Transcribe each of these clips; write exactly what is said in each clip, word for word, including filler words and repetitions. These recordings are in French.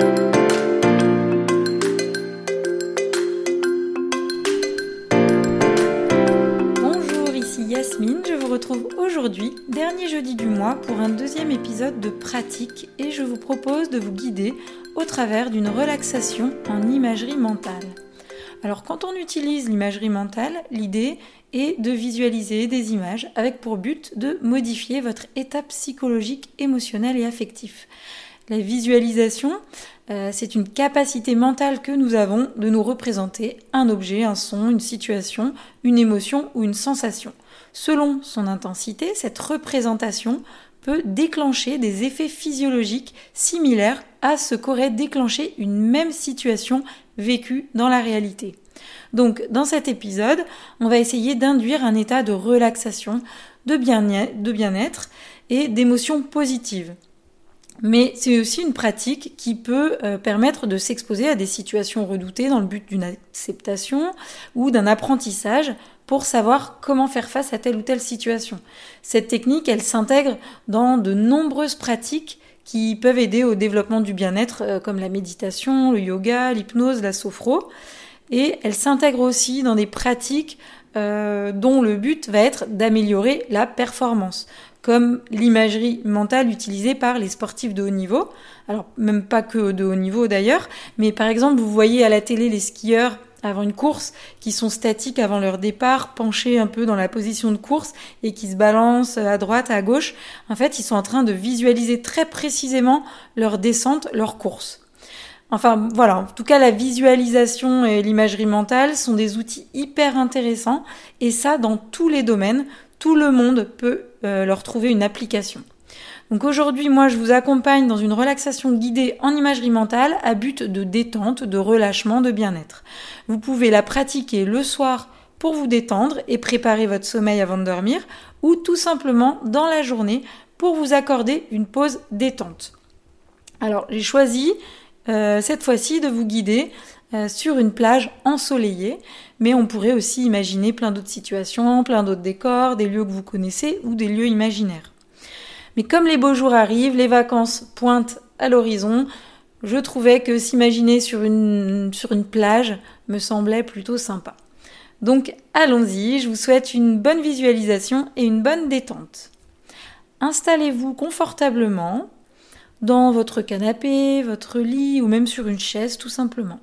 Bonjour, ici Yasmine, je vous retrouve aujourd'hui, dernier jeudi du mois, pour un deuxième épisode de pratique et je vous propose de vous guider au travers d'une relaxation en imagerie mentale. Alors quand on utilise l'imagerie mentale, l'idée est de visualiser des images avec pour but de modifier votre état psychologique, émotionnel et affectif. La visualisation, euh, c'est une capacité mentale que nous avons de nous représenter un objet, un son, une situation, une émotion ou une sensation. Selon son intensité, cette représentation peut déclencher des effets physiologiques similaires à ce qu'aurait déclenché une même situation vécue dans la réalité. Donc, dans cet épisode, on va essayer d'induire un état de relaxation, de bien-être et d'émotions positives. Mais c'est aussi une pratique qui peut euh, permettre de s'exposer à des situations redoutées dans le but d'une acceptation ou d'un apprentissage pour savoir comment faire face à telle ou telle situation. Cette technique, elle s'intègre dans de nombreuses pratiques qui peuvent aider au développement du bien-être, euh, comme la méditation, le yoga, l'hypnose, la sophro. Et elle s'intègre aussi dans des pratiques euh, dont le but va être d'améliorer la performance, comme l'imagerie mentale utilisée par les sportifs de haut niveau. Alors, même pas que de haut niveau d'ailleurs, mais par exemple, vous voyez à la télé les skieurs avant une course, qui sont statiques avant leur départ, penchés un peu dans la position de course et qui se balancent à droite, à gauche. En fait, ils sont en train de visualiser très précisément leur descente, leur course. Enfin, voilà, en tout cas, la visualisation et l'imagerie mentale sont des outils hyper intéressants et ça, dans tous les domaines, tout le monde peut euh, leur trouver une application. Donc aujourd'hui, moi, je vous accompagne dans une relaxation guidée en imagerie mentale à but de détente, de relâchement, de bien-être. Vous pouvez la pratiquer le soir pour vous détendre et préparer votre sommeil avant de dormir ou tout simplement dans la journée pour vous accorder une pause détente. Alors, j'ai choisi euh, cette fois-ci de vous guider euh, sur une plage ensoleillée, mais on pourrait aussi imaginer plein d'autres situations, plein d'autres décors, des lieux que vous connaissez ou des lieux imaginaires. Mais comme les beaux jours arrivent, les vacances pointent à l'horizon, je trouvais que s'imaginer sur une, sur une plage me semblait plutôt sympa. Donc allons-y, je vous souhaite une bonne visualisation et une bonne détente. Installez-vous confortablement dans votre canapé, votre lit ou même sur une chaise tout simplement.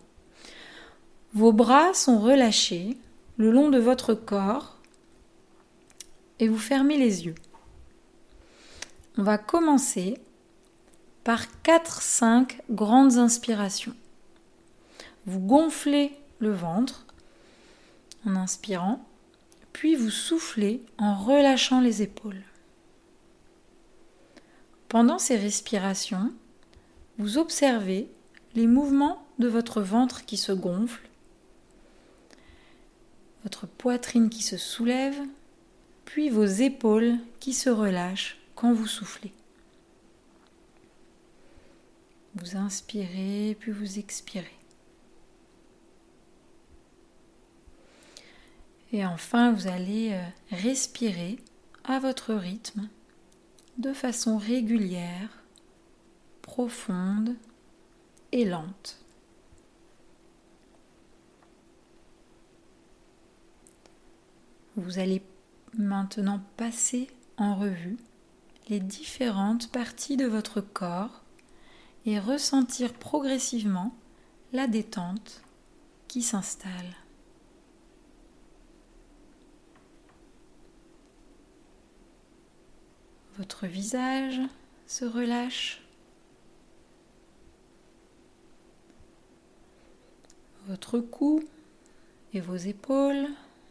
Vos bras sont relâchés le long de votre corps et vous fermez les yeux. On va commencer par quatre cinq grandes inspirations. Vous gonflez le ventre en inspirant, puis vous soufflez en relâchant les épaules. Pendant ces respirations, vous observez les mouvements de votre ventre qui se gonfle, votre poitrine qui se soulève, puis vos épaules qui se relâchent quand vous soufflez. Vous inspirez, puis vous expirez. Et enfin, vous allez respirer à votre rythme, de façon régulière, profonde et lente. Vous allez maintenant passer en revue les différentes parties de votre corps et ressentir progressivement la détente qui s'installe. Votre visage se relâche. Votre cou et vos épaules.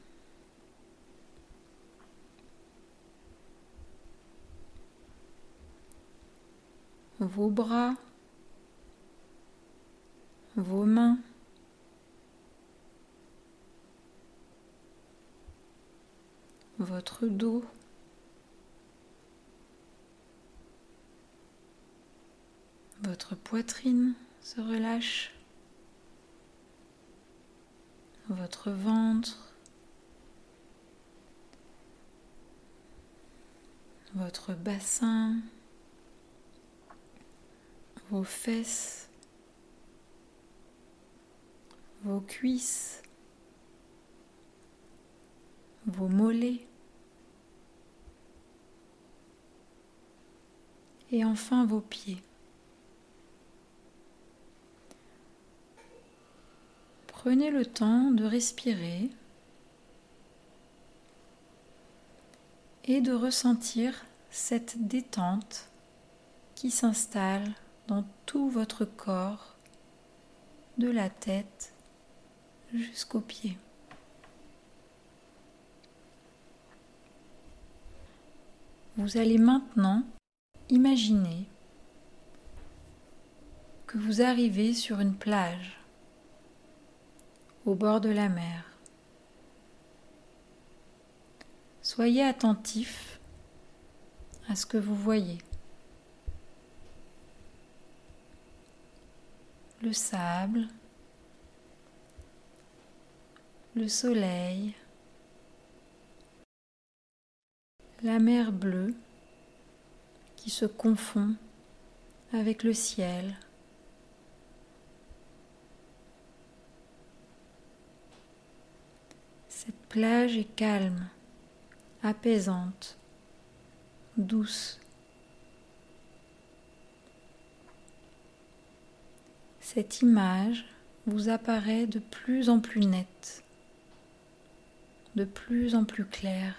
Vos bras, vos mains, votre dos, votre poitrine se relâche, votre ventre, votre bassin, vos fesses, vos cuisses, vos mollets et enfin vos pieds. Prenez le temps de respirer et de ressentir cette détente qui s'installe dans tout votre corps, de la tête jusqu'aux pieds. Vous allez maintenant imaginer que vous arrivez sur une plage au bord de la mer. Soyez attentif à ce que vous voyez. Le sable, le soleil, la mer bleue qui se confond avec le ciel. Cette plage est calme, apaisante, douce. Cette image vous apparaît de plus en plus nette, de plus en plus claire.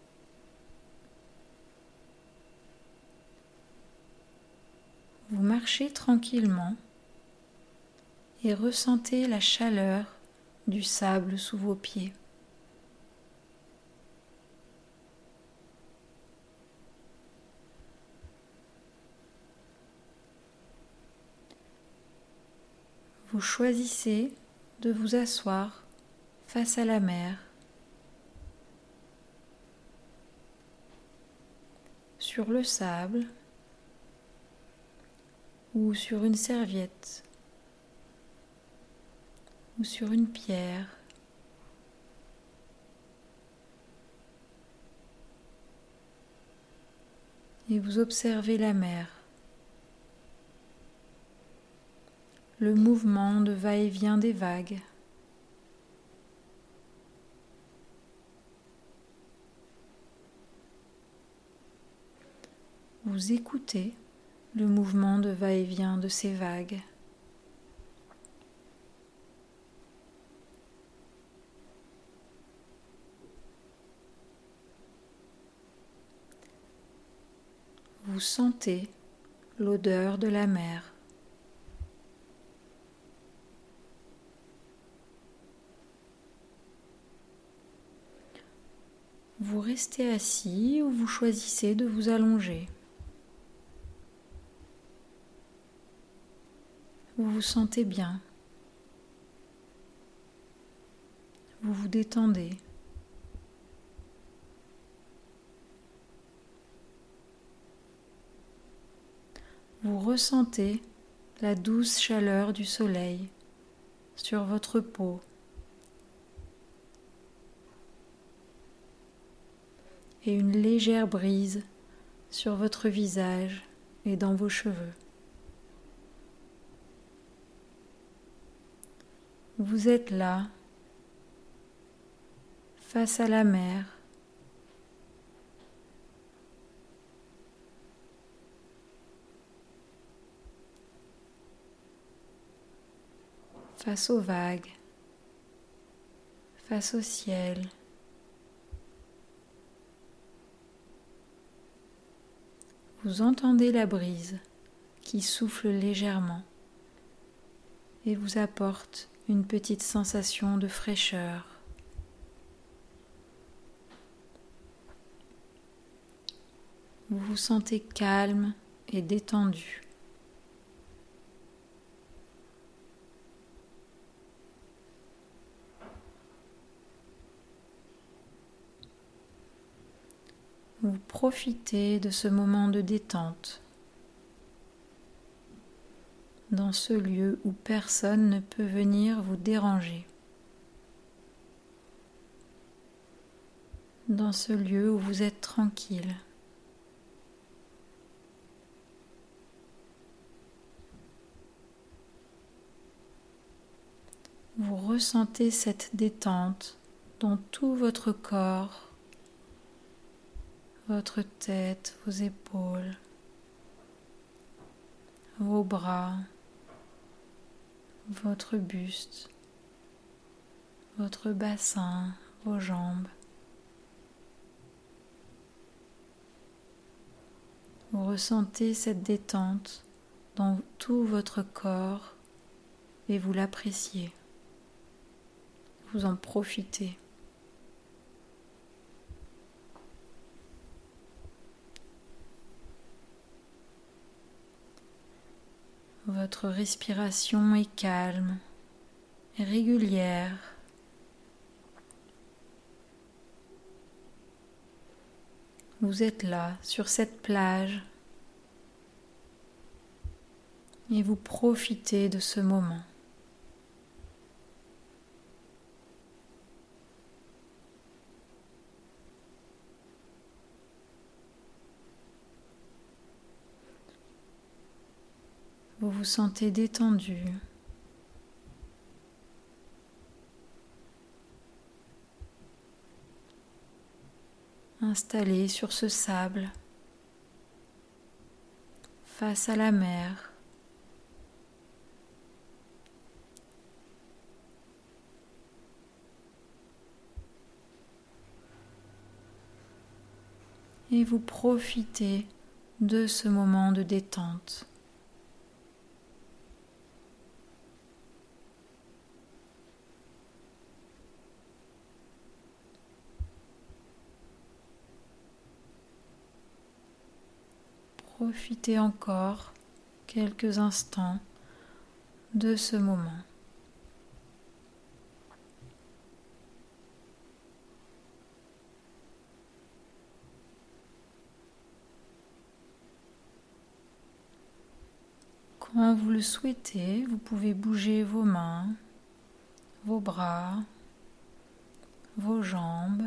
Vous marchez tranquillement et ressentez la chaleur du sable sous vos pieds. Vous choisissez de vous asseoir face à la mer, sur le sable ou sur une serviette ou sur une pierre. Et vous observez la mer, le mouvement de va-et-vient des vagues. Vous écoutez le mouvement de va-et-vient de ces vagues. Vous sentez l'odeur de la mer. Vous restez assis ou vous choisissez de vous allonger. Vous vous sentez bien. Vous vous détendez. Vous ressentez la douce chaleur du soleil sur votre peau. Et une légère brise sur votre visage et dans vos cheveux. Vous êtes là, face à la mer, face aux vagues, face au ciel. Vous entendez la brise qui souffle légèrement et vous apporte une petite sensation de fraîcheur. Vous vous sentez calme et détendu. Vous profitez de ce moment de détente dans ce lieu où personne ne peut venir vous déranger, dans ce lieu où vous êtes tranquille. vous ressentez cette détente dans tout votre corps, votre tête, vos épaules, vos bras, votre buste, votre bassin, vos jambes. Vous ressentez cette détente dans tout votre corps et vous l'appréciez. Vous en profitez. Votre respiration est calme et régulière. Vous êtes là, sur cette plage, et vous profitez de ce moment. Vous vous sentez détendu. Installé sur ce sable, face à la mer. Et vous profitez de ce moment de détente. Profitez encore quelques instants de ce moment. Quand vous le souhaitez, vous pouvez bouger vos mains, vos bras, vos jambes.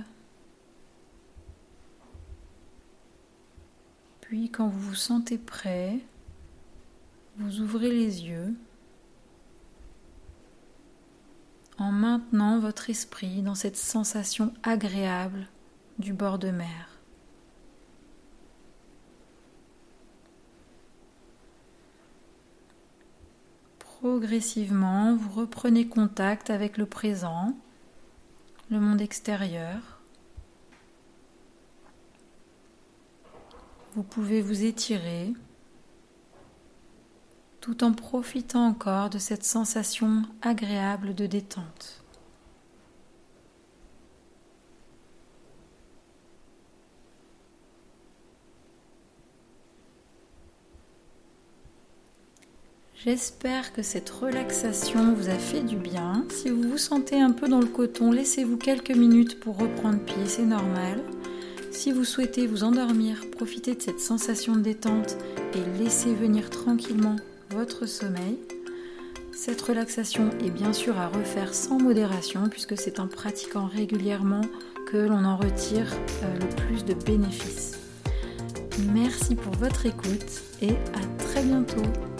Puis quand vous vous sentez prêt, vous ouvrez les yeux en maintenant votre esprit dans cette sensation agréable du bord de mer. Progressivement, vous reprenez contact avec le présent, le monde extérieur. Vous pouvez vous étirer tout en profitant encore de cette sensation agréable de détente. J'espère que cette relaxation vous a fait du bien. Si vous vous sentez un peu dans le coton, laissez-vous quelques minutes pour reprendre pied, c'est normal. Si vous souhaitez vous endormir, profitez de cette sensation de détente et laissez venir tranquillement votre sommeil. Cette relaxation est bien sûr à refaire sans modération puisque c'est en pratiquant régulièrement que l'on en retire euh, le plus de bénéfices. Merci pour votre écoute et à très bientôt.